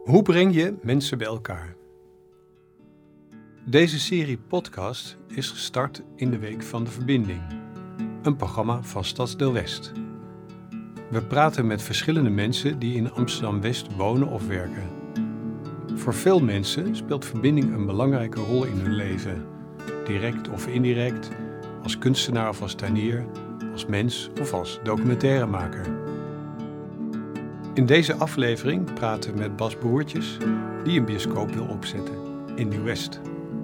Hoe breng je mensen bij elkaar? Deze serie podcast is gestart in de Week van de Verbinding, een programma van Stadsdeel West. We praten met verschillende mensen die in Amsterdam-West wonen of werken. Voor veel mensen speelt verbinding een belangrijke rol in hun leven, direct of indirect, als kunstenaar of als tuinier, als mens of als documentairemaker. In deze aflevering praten we met Bas Broertjes, die een bioscoop wil opzetten in Nieuw-West.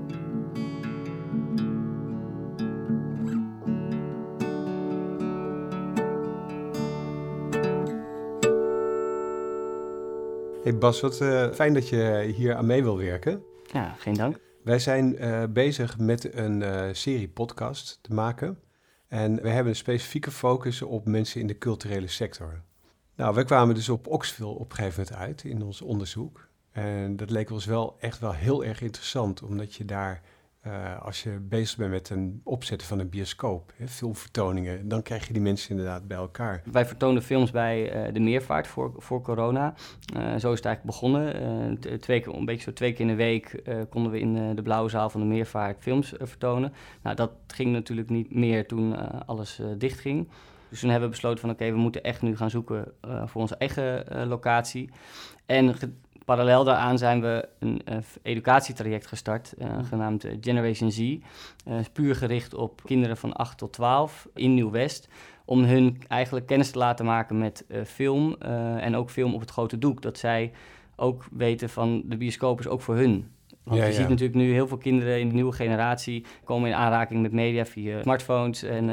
Hey Bas, wat fijn dat je hier aan mee wil werken. Ja, geen dank. Wij zijn bezig met een serie podcast te maken. En we hebben een specifieke focus op mensen in de culturele sector. Nou, we kwamen dus op Oxfil op een gegeven moment uit in ons onderzoek. En dat leek ons wel echt wel heel erg interessant, omdat je daar, als je bezig bent met het opzetten van een bioscoop, filmvertoningen, dan krijg je die mensen inderdaad bij elkaar. Wij vertoonden films bij de Meervaart voor corona. Zo is het eigenlijk begonnen. Een beetje zo 2 keer in de week konden we in de blauwe zaal van de Meervaart films vertonen. Nou, dat ging natuurlijk niet meer toen alles dichtging. Dus toen hebben we besloten van oké, we moeten echt nu gaan zoeken voor onze eigen locatie. En parallel daaraan zijn we een educatietraject gestart, genaamd Generation Z. Puur gericht op kinderen van 8 tot 12 in Nieuw-West. Om hun eigenlijk kennis te laten maken met film en ook film op het grote doek. Dat zij ook weten van de bioscoop is ook voor hun. Want je ziet natuurlijk nu heel veel kinderen in de nieuwe generatie komen in aanraking met media via smartphones en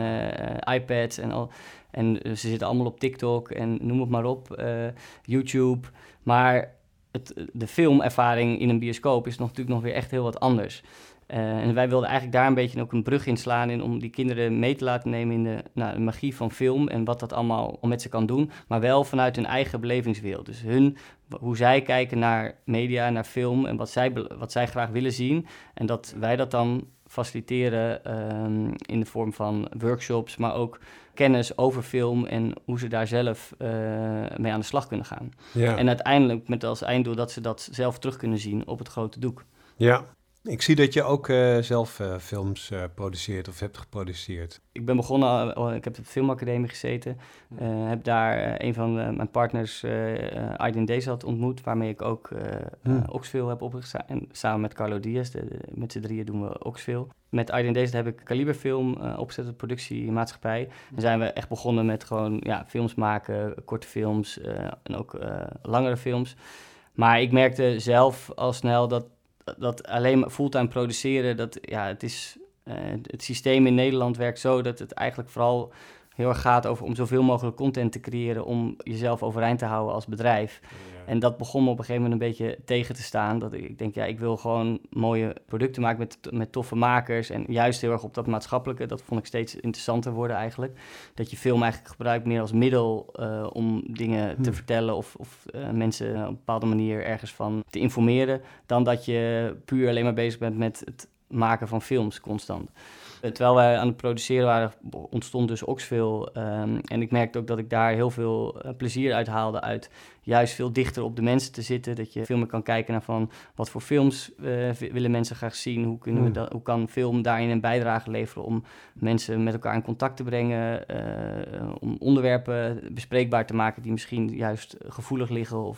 iPads en al. En ze zitten allemaal op TikTok en noem het maar op, YouTube. Maar de filmervaring in een bioscoop is natuurlijk nog weer echt heel wat anders. En wij wilden eigenlijk daar een beetje ook een brug in slaan om die kinderen mee te laten nemen in de magie van film en wat dat allemaal met ze kan doen, maar wel vanuit hun eigen belevingswereld. Dus hoe zij kijken naar media, naar film en wat zij graag willen zien. En dat wij dat dan faciliteren in de vorm van workshops, maar ook kennis over film en hoe ze daar zelf mee aan de slag kunnen gaan. Ja. En uiteindelijk met als einddoel dat ze dat zelf terug kunnen zien op het grote doek. Ja, ik zie dat je ook zelf films produceert of hebt geproduceerd. Ik ben begonnen, ik heb op de filmacademie gezeten. Heb daar een van mijn partners, Aydin Dezat, ontmoet, waarmee ik ook Oxfil heb opgezet. En samen met Carlo Diaz, met z'n drieën doen we Oxfil. Met Aydin Dezat heb ik Kaliberfilm opgezet, de productiemaatschappij. Dan zijn we echt begonnen met gewoon films maken, korte films en ook langere films. Maar ik merkte zelf al snel dat alleen maar fulltime produceren, het systeem in Nederland werkt zo dat het eigenlijk vooral heel erg gaat over om zoveel mogelijk content te creëren om jezelf overeind te houden als bedrijf. Ja. En dat begon me op een gegeven moment een beetje tegen te staan. Dat ik denk, ik wil gewoon mooie producten maken met toffe makers en juist heel erg op dat maatschappelijke. Dat vond ik steeds interessanter worden eigenlijk. Dat je film eigenlijk gebruikt meer als middel om dingen te vertellen of mensen op een bepaalde manier ergens van te informeren, dan dat je puur alleen maar bezig bent met het maken van films constant. Terwijl wij aan het produceren waren, ontstond dus Oxfil. En ik merkte ook dat ik daar heel veel plezier uit haalde uit juist veel dichter op de mensen te zitten. Dat je veel meer kan kijken naar van wat voor films willen mensen graag zien. Hoe kan film daarin een bijdrage leveren om mensen met elkaar in contact te brengen. Om onderwerpen bespreekbaar te maken die misschien juist gevoelig liggen.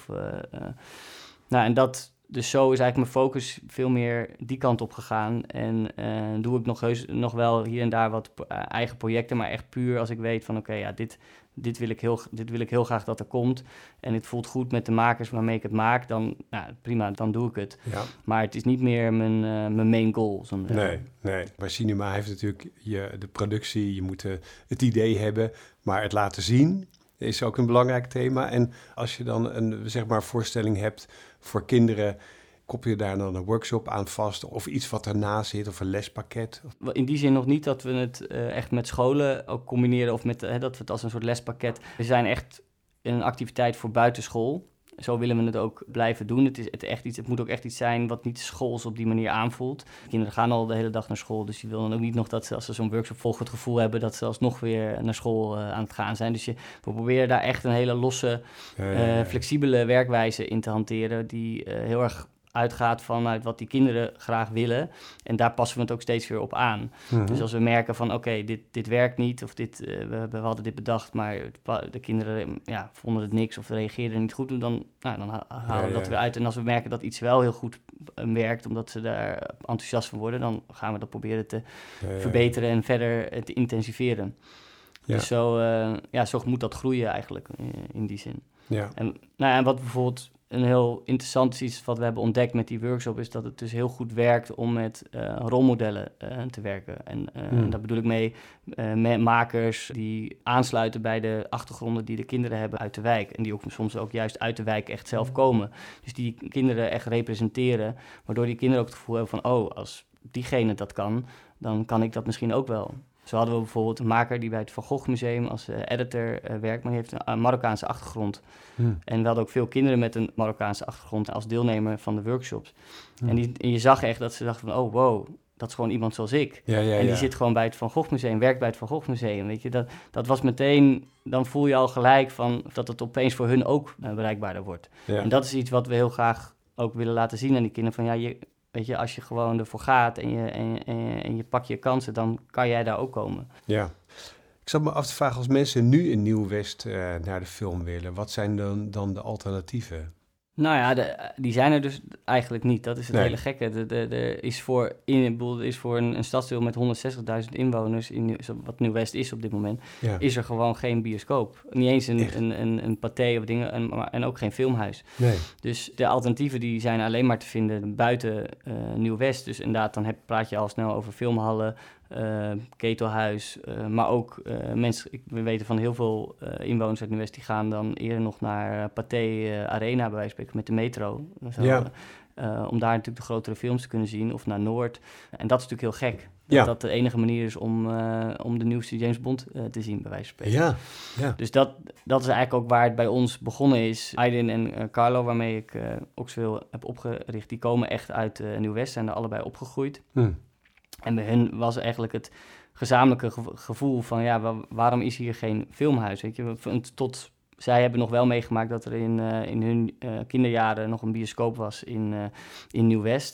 En dat... Dus zo is eigenlijk mijn focus veel meer die kant op gegaan. En doe ik nog wel hier en daar wat eigen projecten, maar echt puur als ik weet van dit wil ik heel graag dat er komt. En het voelt goed met de makers waarmee ik het maak, dan prima, dan doe ik het. Ja. Maar het is niet meer mijn main goal. Nee. Maar cinema heeft natuurlijk de productie, je moet het idee hebben, maar het laten zien is ook een belangrijk thema. En als je dan een voorstelling hebt voor kinderen, koppel je daar dan een workshop aan vast of iets wat ernaast zit of een lespakket? In die zin nog niet dat we het echt met scholen ook combineren of dat we het als een soort lespakket. We zijn echt in een activiteit voor buitenschool. zo willen we het ook blijven doen. Het moet ook echt iets zijn wat niet schools op die manier aanvoelt. Kinderen gaan al de hele dag naar school, dus je wil dan ook niet nog dat ze, als ze zo'n workshop volgen, het gevoel hebben dat ze alsnog weer naar school aan het gaan zijn. Dus we proberen daar echt een hele losse, flexibele werkwijze in te hanteren, die heel erg uitgaat vanuit wat die kinderen graag willen. En daar passen we het ook steeds weer op aan. Mm-hmm. Dus als we merken van oké, dit werkt niet, of we hadden dit bedacht, maar de kinderen vonden het niks of reageerden niet goed, dan halen we dat weer uit. En als we merken dat iets wel heel goed werkt, omdat ze daar enthousiast van worden, dan gaan we dat proberen te verbeteren en verder te intensiveren. Ja. Dus zo moet dat groeien eigenlijk in die zin. Ja. En wat bijvoorbeeld een heel interessant iets wat we hebben ontdekt met die workshop is dat het dus heel goed werkt om met rolmodellen te werken. En daar bedoel ik mee makers die aansluiten bij de achtergronden die de kinderen hebben uit de wijk. En die ook soms ook juist uit de wijk echt zelf komen. Dus die kinderen echt representeren, waardoor die kinderen ook het gevoel hebben van als diegene dat kan, dan kan ik dat misschien ook wel. Zo hadden we bijvoorbeeld een maker die bij het Van Gogh Museum als editor werkt, maar die heeft een Marokkaanse achtergrond. En we hadden ook veel kinderen met een Marokkaanse achtergrond als deelnemer van de workshops. En je zag echt dat ze dachten van, oh wow, dat is gewoon iemand zoals ik. En die zit gewoon bij het Van Gogh Museum, werkt bij het Van Gogh Museum. Weet je, dat was meteen, dan voel je al gelijk van dat het opeens voor hun ook bereikbaarder wordt. Ja. En dat is iets wat we heel graag ook willen laten zien aan die kinderen van weet je, als je gewoon ervoor gaat en je pakt je kansen, dan kan jij daar ook komen. Ja. Ik zat me af te vragen, als mensen nu in Nieuw-West naar de film willen, wat zijn dan de alternatieven? Nou ja, die zijn er dus eigenlijk niet. Dat is het hele gekke. Er is voor een stadsdeel met 160.000 inwoners, wat Nieuw-West is op dit moment, is er gewoon geen bioscoop. Niet eens een pathé of dingen en ook geen filmhuis. Nee. Dus de alternatieven die zijn alleen maar te vinden buiten Nieuw-West. Dus inderdaad, dan praat je al snel over filmhallen, ketelhuis, maar ook we weten van heel veel inwoners uit Nieuw-West, die gaan dan eerder nog naar Pathé Arena, bij wijze van spreken, met de metro. Om daar natuurlijk de grotere films te kunnen zien, of naar Noord. En dat is natuurlijk heel gek. Dat de enige manier is om de nieuwste James Bond te zien, bij wijze van spreken. Ja. Dus dat is eigenlijk ook waar het bij ons begonnen is. Aydin en Carlo, waarmee ik Oxville heb opgericht, die komen echt uit Nieuw-West, zijn er allebei opgegroeid. En bij hen was eigenlijk het gezamenlijke gevoel van, waarom is hier geen filmhuis? Weet je? Zij hebben nog wel meegemaakt dat er in hun kinderjaren nog een bioscoop was in Nieuw-West.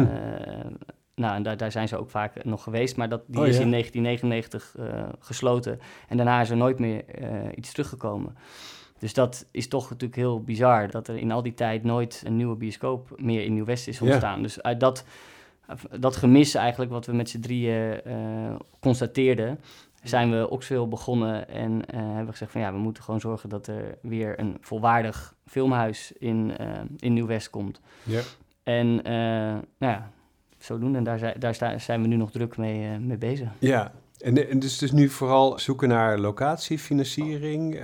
En daar zijn ze ook vaak nog geweest, maar die is in 1999 gesloten. En daarna is er nooit meer iets teruggekomen. Dus dat is toch natuurlijk heel bizar, dat er in al die tijd nooit een nieuwe bioscoop meer in Nieuw-West is ontstaan. Dus uit dat gemis eigenlijk, wat we met z'n drieën constateerden, zijn we Oxville begonnen en hebben gezegd van we moeten gewoon zorgen dat er weer een volwaardig filmhuis in Nieuw-West komt. Ja. En zodoende, en daar zijn we nu nog druk mee bezig. Ja, en dus nu vooral zoeken naar locatie, financiering?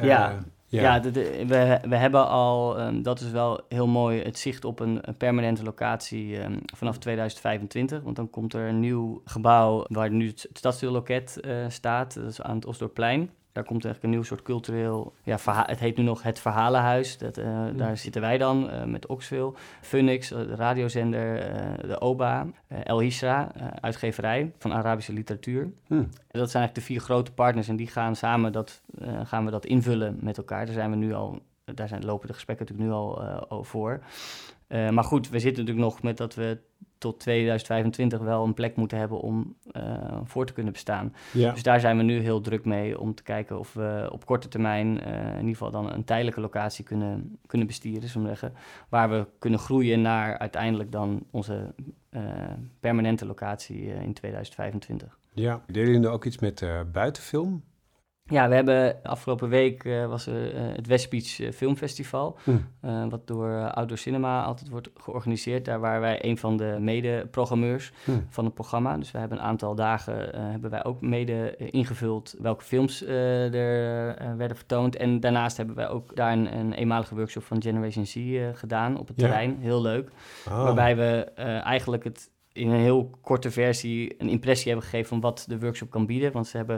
We hebben al, dat is wel heel mooi, het zicht op een permanente locatie vanaf 2025. Want dan komt er een nieuw gebouw waar nu het stadsdeelloket staat, dat is aan het Osdorpplein. Daar komt eigenlijk een nieuw soort cultureel, het heet nu nog Het Verhalenhuis. Daar zitten wij dan met Oxville, Phoenix, de radiozender, de OBA, El Hisra, uitgeverij van Arabische literatuur. Dat zijn eigenlijk de 4 grote partners en die gaan samen gaan we dat invullen met elkaar. Daar lopen de gesprekken natuurlijk nu al voor. Maar goed, we zitten natuurlijk nog met dat we tot 2025 wel een plek moeten hebben om voor te kunnen bestaan. Ja. Dus daar zijn we nu heel druk mee om te kijken of we op korte termijn in ieder geval dan een tijdelijke locatie kunnen bestieren, zullen we zeggen, waar we kunnen groeien naar uiteindelijk dan onze permanente locatie in 2025. Ja, deden jullie ook iets met buitenfilm? Ja, we hebben afgelopen week was er het West Beach Filmfestival, wat door Outdoor Cinema altijd wordt georganiseerd. Daar waren wij een van de mede-programmeurs van het programma. Dus we hebben een aantal dagen hebben wij ook mede ingevuld welke films er werden vertoond. En daarnaast hebben wij ook daar een eenmalige workshop van Generation Z gedaan op het terrein. Heel leuk. Waarbij we eigenlijk het in een heel korte versie een impressie hebben gegeven van wat de workshop kan bieden. Want ze hebben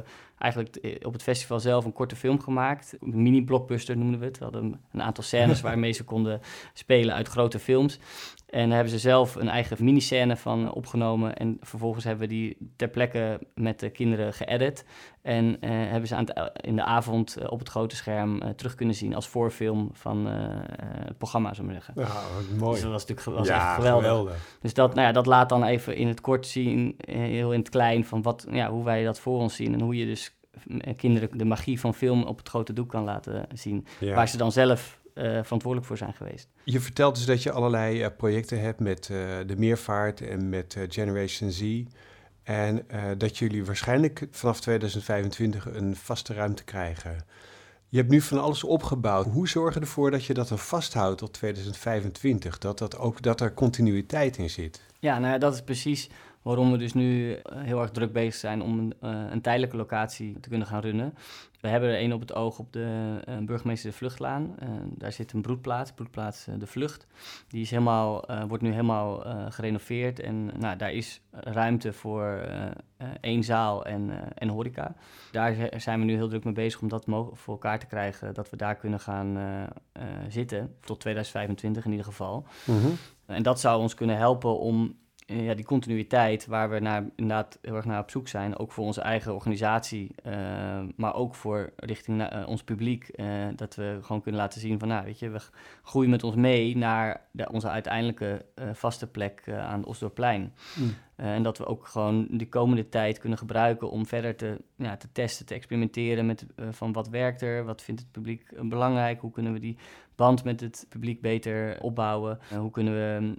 eigenlijk op het festival zelf een korte film gemaakt. Een mini-blockbuster noemden we het. We hadden een aantal scènes waarmee ze konden spelen uit grote films. En daar hebben ze zelf een eigen miniscène van opgenomen. En vervolgens hebben we die ter plekke met de kinderen geëdit. En hebben ze in de avond op het grote scherm terug kunnen zien als voorfilm van het programma, zou ik maar zeggen. Ja, mooi. Dus dat was natuurlijk echt geweldig. Dus dat laat dan even in het kort zien, heel in het klein, van hoe wij dat voor ons zien. En hoe je dus kinderen de magie van film op het grote doek kan laten zien. Ja. Waar ze dan zelf verantwoordelijk voor zijn geweest. Je vertelt dus dat je allerlei projecten hebt met de Meervaart en met Generation Z. En dat jullie waarschijnlijk vanaf 2025 een vaste ruimte krijgen. Je hebt nu van alles opgebouwd. Hoe zorg je ervoor dat je dat dan vasthoudt tot 2025? Dat er continuïteit in zit? Ja, dat is precies waarom we dus nu heel erg druk bezig zijn om een tijdelijke locatie te kunnen gaan runnen. We hebben er één op het oog op de Burgemeester de Vluchtlaan. Daar zit een broedplaats De Vlucht. Die is wordt nu helemaal gerenoveerd en daar is ruimte voor 1 zaal en horeca. Daar zijn we nu heel druk mee bezig om dat voor elkaar te krijgen, dat we daar kunnen gaan zitten, tot 2025 in ieder geval. Mm-hmm. En dat zou ons kunnen helpen om die continuïteit waar we inderdaad heel erg naar op zoek zijn, ook voor onze eigen organisatie, maar ook voor richting ons publiek, dat we gewoon kunnen laten zien van, we groeien met ons mee naar onze uiteindelijke vaste plek aan het Osdorpplein. En dat we ook gewoon de komende tijd kunnen gebruiken om verder te testen, te experimenteren met van wat werkt er, wat vindt het publiek belangrijk, hoe kunnen we die band met het publiek beter opbouwen, hoe kunnen we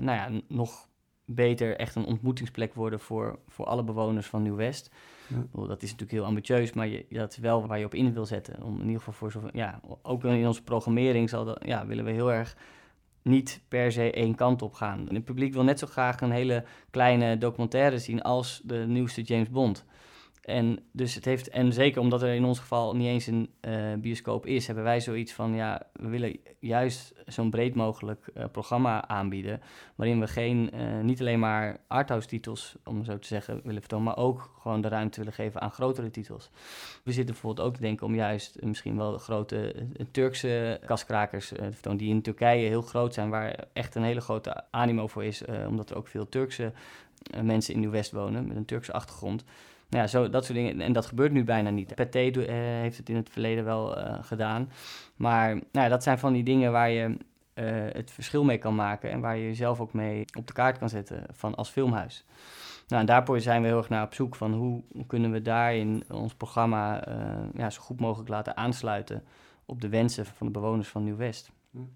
nog beter echt een ontmoetingsplek worden voor alle bewoners van Nieuw-West. Ja. Dat is natuurlijk heel ambitieus, maar dat is wel waar je op in wil zetten. Om in ieder geval voor zoveel, ook in onze programmering willen we heel erg niet per se één kant op gaan. En het publiek wil net zo graag een hele kleine documentaire zien als de nieuwste James Bond. En zeker omdat er in ons geval niet eens een bioscoop is, hebben wij zoiets van, we willen juist zo'n breed mogelijk programma aanbieden, waarin we niet alleen maar arthouse titels, om zo te zeggen, willen vertonen, maar ook gewoon de ruimte willen geven aan grotere titels. We zitten bijvoorbeeld ook te denken om juist misschien wel grote Turkse kaskrakers te vertonen, die in Turkije heel groot zijn, waar echt een hele grote animo voor is, omdat er ook veel Turkse mensen in Nieuw-West wonen, met een Turkse achtergrond. Dat soort dingen. En dat gebeurt nu bijna niet. Pathé heeft het in het verleden wel gedaan. Maar dat zijn van die dingen waar je het verschil mee kan maken en waar je jezelf ook mee op de kaart kan zetten van als filmhuis. En daarvoor zijn we heel erg naar op zoek van hoe kunnen we daarin ons programma zo goed mogelijk laten aansluiten op de wensen van de bewoners van Nieuw-West.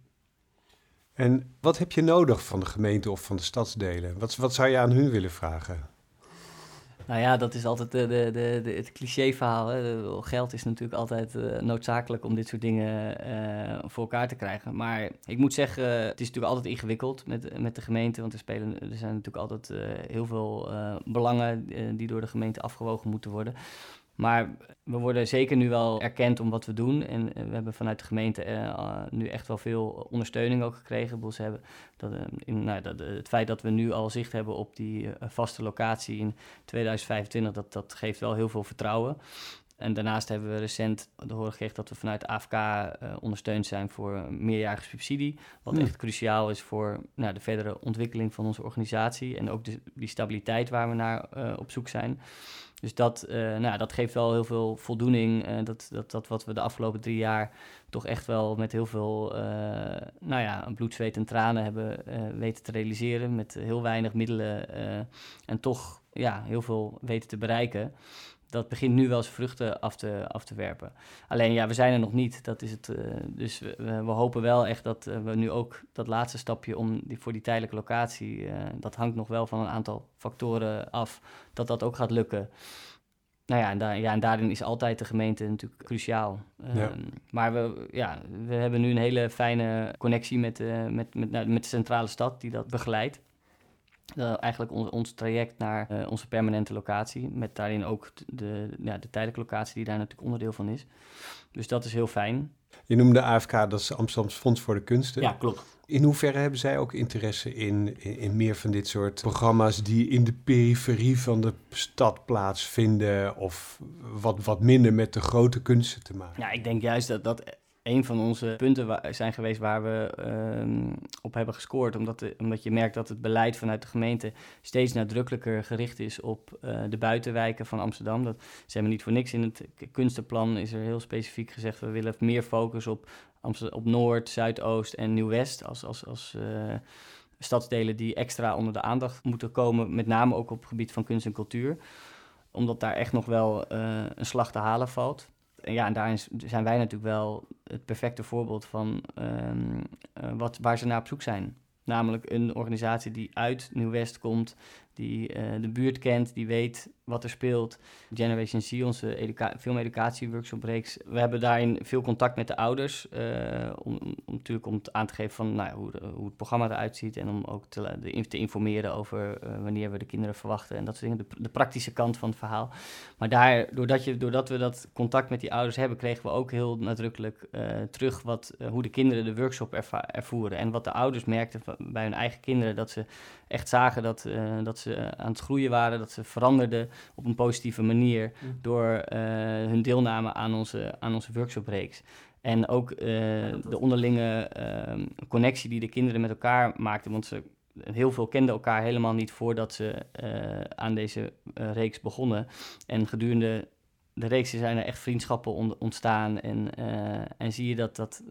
En wat heb je nodig van de gemeente of van de stadsdelen? Wat zou je aan hun willen vragen? Dat is altijd het clichéverhaal. Geld is natuurlijk altijd noodzakelijk om dit soort dingen voor elkaar te krijgen. Maar ik moet zeggen, het is natuurlijk altijd ingewikkeld met de gemeente. Want er zijn natuurlijk altijd heel veel belangen die door de gemeente afgewogen moeten worden. Maar we worden zeker nu wel erkend om wat we doen. En we hebben vanuit de gemeente nu echt wel veel ondersteuning ook gekregen. Ze hebben het feit dat we nu al zicht hebben op die vaste locatie in 2025, dat geeft wel heel veel vertrouwen. En daarnaast hebben we recent te horen gekregen dat we vanuit de AFK ondersteund zijn voor een meerjarige subsidie. Wat echt cruciaal is voor de verdere ontwikkeling van onze organisatie. En ook die stabiliteit waar we naar op zoek zijn. Dus dat geeft wel heel veel voldoening. Dat wat we de afgelopen 3 jaar toch echt wel met heel veel bloed, zweet en tranen hebben weten te realiseren. Met heel weinig middelen en toch heel veel weten te bereiken. Dat begint nu wel zijn vruchten af te werpen. Alleen we zijn er nog niet. Dat is het. Dus we hopen wel echt dat we nu ook dat laatste stapje voor die tijdelijke locatie, dat hangt nog wel van een aantal factoren af, dat ook gaat lukken. En daarin is altijd de gemeente natuurlijk cruciaal. Maar we hebben nu een hele fijne connectie met de centrale stad die dat begeleidt. Eigenlijk ons traject naar onze permanente locatie, met daarin ook de tijdelijke locatie die daar natuurlijk onderdeel van is. Dus dat is heel fijn. Je noemde AFK, dat is Amsterdamse Fonds voor de Kunsten. Ja, klopt. In hoeverre hebben zij ook interesse in meer van dit soort programma's die in de periferie van de stad plaatsvinden of wat minder met de grote kunsten te maken? Ja, ik denk juist dat een van onze punten zijn geweest waar we op hebben gescoord. Omdat je merkt dat het beleid vanuit de gemeente steeds nadrukkelijker gericht is op de buitenwijken van Amsterdam. Dat is helemaal niet voor niks. In het kunstenplan is er heel specifiek gezegd, we willen meer focus op Noord, Zuidoost en Nieuw-West als stadsdelen die extra onder de aandacht moeten komen. Met name ook op het gebied van kunst en cultuur. Omdat daar echt nog wel een slag te halen valt. En daarin zijn wij natuurlijk wel het perfecte voorbeeld van waar ze naar op zoek zijn. Namelijk een organisatie die uit Nieuw-West komt, die de buurt kent, die weet wat er speelt. Generation C, onze filmeducatieworkshop-reeks. We hebben daarin veel contact met de ouders, om het aan te geven van hoe het programma eruit ziet en om ook te informeren over wanneer we de kinderen verwachten en dat soort dingen, de praktische kant van het verhaal. Maar doordat we dat contact met die ouders hebben, kregen we ook heel nadrukkelijk terug hoe de kinderen de workshop ervoeren. En wat de ouders merkten bij hun eigen kinderen, dat ze echt zagen dat ze aan het groeien waren, dat ze veranderden op een positieve manier door hun deelname aan onze workshopreeks. En ook de onderlinge connectie die de kinderen met elkaar maakten, want heel veel kenden elkaar helemaal niet voordat ze aan deze reeks begonnen. En gedurende de reeks zijn er echt vriendschappen ontstaan en zie je dat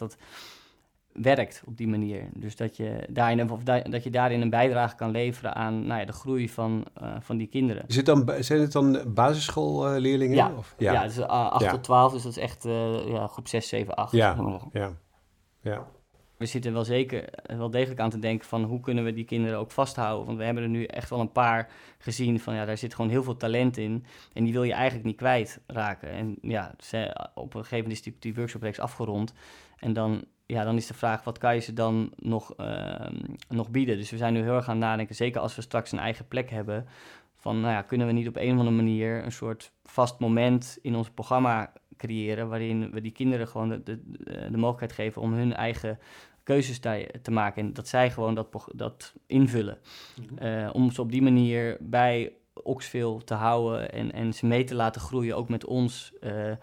werkt op die manier. Dus dat je daarin een bijdrage kan leveren aan de groei van die kinderen. Zijn het dan basisschoolleerlingen? Ja, of? Ja, dus 8 tot 12, dus dat is echt groep 6, 7, 8. Ja. We zitten wel degelijk aan te denken van hoe kunnen we die kinderen ook vasthouden. Want we hebben er nu echt wel een paar gezien van daar zit gewoon heel veel talent in. En die wil je eigenlijk niet kwijtraken. En op een gegeven moment is die workshopreeks afgerond. En dan is de vraag, wat kan je ze dan nog bieden? Dus we zijn nu heel erg aan het nadenken, zeker als we straks een eigen plek hebben, van kunnen we niet op een of andere manier een soort vast moment in ons programma creëren, waarin we die kinderen gewoon de mogelijkheid geven om hun eigen keuzes te maken en dat zij gewoon dat invullen. Om ze op die manier bij Oxfil te houden en ze mee te laten groeien, ook met ons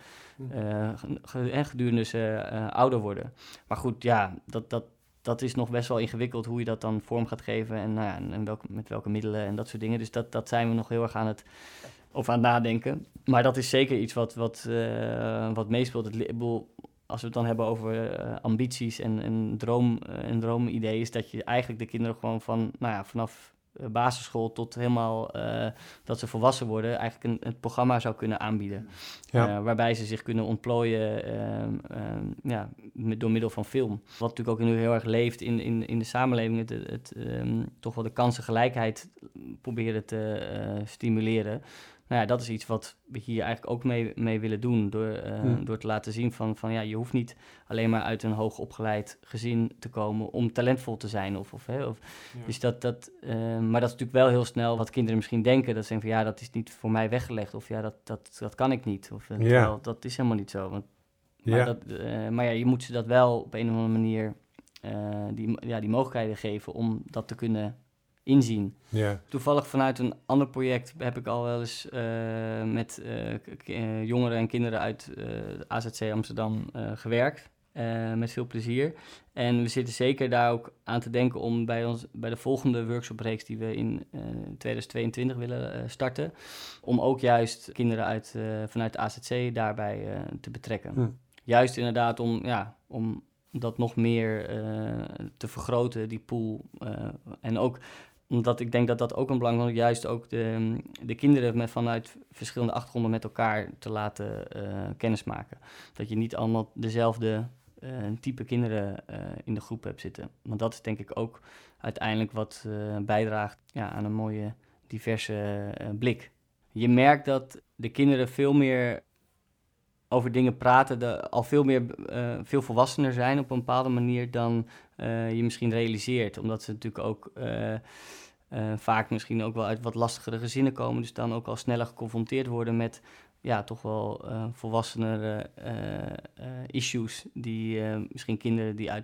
gedurende ze ouder worden. Maar goed, dat is nog best wel ingewikkeld hoe je dat dan vorm gaat geven en met welke middelen en dat soort dingen. Dus dat zijn we nog heel erg aan het nadenken. Maar dat is zeker iets wat meespeelt. Als we het dan hebben over ambities en droomideeën, is dat je eigenlijk de kinderen gewoon vanaf basisschool tot helemaal dat ze volwassen worden, eigenlijk een programma zou kunnen aanbieden. Waarbij ze zich kunnen ontplooien door middel van film. Wat natuurlijk ook nu heel erg leeft in de samenleving, toch wel de kansengelijkheid proberen te stimuleren. Dat is iets wat we hier eigenlijk ook mee willen doen. Door te laten zien van je hoeft niet alleen maar uit een hoogopgeleid gezin te komen om talentvol te zijn. Dus maar dat is natuurlijk wel heel snel wat kinderen misschien denken. Dat ze denken van dat is niet voor mij weggelegd. Of dat kan ik niet. Dat is helemaal niet zo. Maar je moet ze dat wel op een of andere manier die mogelijkheden geven om dat te kunnen inzien. Toevallig vanuit een ander project heb ik al wel eens met jongeren en kinderen uit AZC Amsterdam gewerkt. Met veel plezier. En we zitten zeker daar ook aan te denken om bij de volgende workshopreeks die we in 2022 willen starten, om ook juist kinderen vanuit de AZC daarbij te betrekken. Juist inderdaad om dat nog meer te vergroten, die pool. En ook omdat ik denk dat dat ook een belangrijk is, juist ook de kinderen vanuit verschillende achtergronden met elkaar te laten kennismaken. Dat je niet allemaal dezelfde type kinderen in de groep hebt zitten. Want dat is denk ik ook uiteindelijk wat bijdraagt aan een mooie, diverse blik. Je merkt dat de kinderen veel meer over dingen praten, al veel volwassener zijn op een bepaalde manier dan je misschien realiseert. Omdat ze natuurlijk ook vaak misschien ook wel uit wat lastigere gezinnen komen. Dus dan ook al sneller geconfronteerd worden met toch wel volwassenere issues die misschien kinderen die uit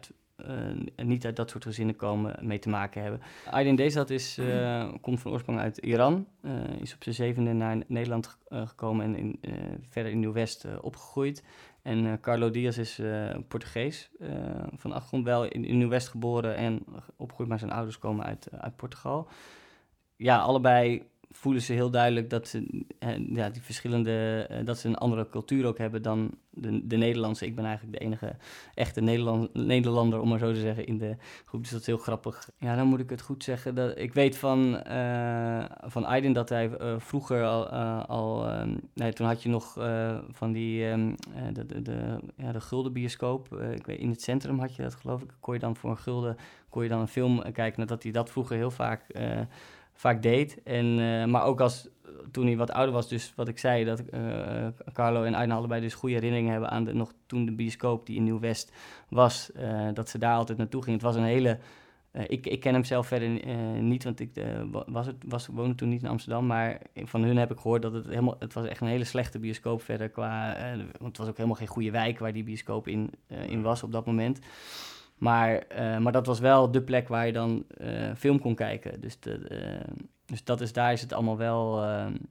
niet uit dat soort gezinnen komen, mee te maken hebben. Aydin Dezat komt van oorsprong uit Iran, is op zijn 7e naar Nederland gekomen en verder in Nieuw-West opgegroeid. En Carlo Diaz is Portugees, van achtergrond wel in Nieuw-West geboren en opgegroeid, maar zijn ouders komen uit Portugal. Ja, allebei voelen ze heel duidelijk dat ze die verschillende, dat ze een andere cultuur ook hebben dan de Nederlandse. Ik ben eigenlijk de enige echte Nederlander, om maar zo te zeggen, in de groep. Dus dat is heel grappig. Ja, dan moet ik het goed zeggen. Ik weet van Aydin dat hij vroeger toen had je nog van die de gulden bioscoop. Ik weet, in het centrum had je dat, geloof ik. Kon je dan voor een gulden een film kijken. Nadat hij dat vroeger heel vaak deed. Maar ook toen hij wat ouder was, dus wat ik zei, dat Carlo en Aydin allebei dus goede herinneringen hebben aan toen de bioscoop die in Nieuw-West was, dat ze daar altijd naartoe gingen. Het was een hele... Ik ken hem zelf verder niet, want ik woonde toen niet in Amsterdam, maar van hun heb ik gehoord dat het was echt een hele slechte bioscoop verder want het was ook helemaal geen goede wijk waar die bioscoop in was op dat moment. Maar dat was wel de plek waar je dan film kon kijken. Dus daar is het allemaal wel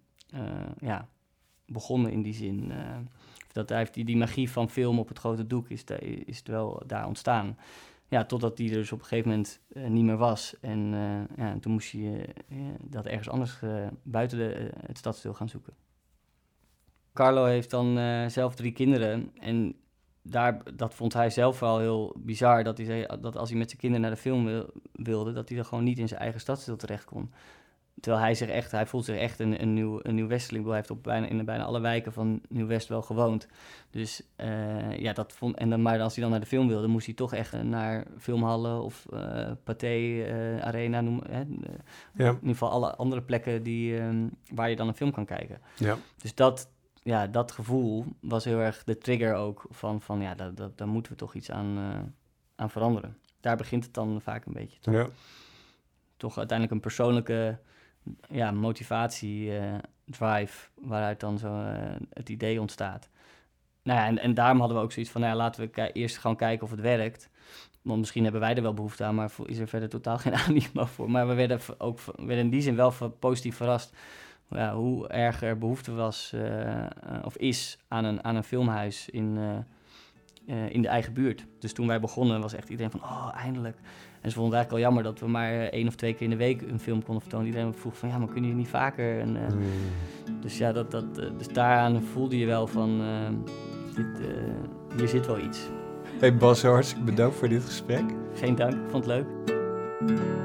begonnen in die zin. Dat heeft die magie van film op het grote doek is het wel daar ontstaan. Ja, totdat die er dus op een gegeven moment niet meer was. En toen moest je dat ergens anders buiten het stadsdeel gaan zoeken. Carlo heeft dan zelf 3 kinderen en... Dat vond hij zelf wel heel bizar, dat hij zei dat als hij met zijn kinderen naar de film wilde, dat hij dan gewoon niet in zijn eigen stadsdeel terecht kon. Terwijl hij voelt zich echt een nieuw Westeling. Hij heeft in bijna alle wijken van Nieuw-West wel gewoond. Dus maar als hij dan naar de film wilde, moest hij toch echt naar filmhallen of Pathé, Arena noemen. In ieder geval alle andere plekken waar je dan een film kan kijken. Ja. Dus dat gevoel was heel erg de trigger ook van daar moeten we toch iets aan veranderen. Daar begint het dan vaak een beetje. Toch uiteindelijk een persoonlijke motivatie, drive, waaruit dan zo het idee ontstaat. Nou ja, en daarom hadden we ook zoiets van, laten we eerst gewoon kijken of het werkt. Want misschien hebben wij er wel behoefte aan, maar is er verder totaal geen animo voor. Maar we werden in die zin wel positief verrast. Ja, hoe erg er behoefte was of is aan een filmhuis in de eigen buurt. Dus toen wij begonnen was echt iedereen van, eindelijk. En ze vonden het eigenlijk al jammer dat we maar 1 of 2 keer in de week een film konden vertonen. Iedereen vroeg van, maar kunnen jullie niet vaker? Dus ja, dus daaraan voelde je wel van, hier zit wel iets. Hey Bas, hartstikke bedankt voor dit gesprek. Geen dank, ik vond het leuk.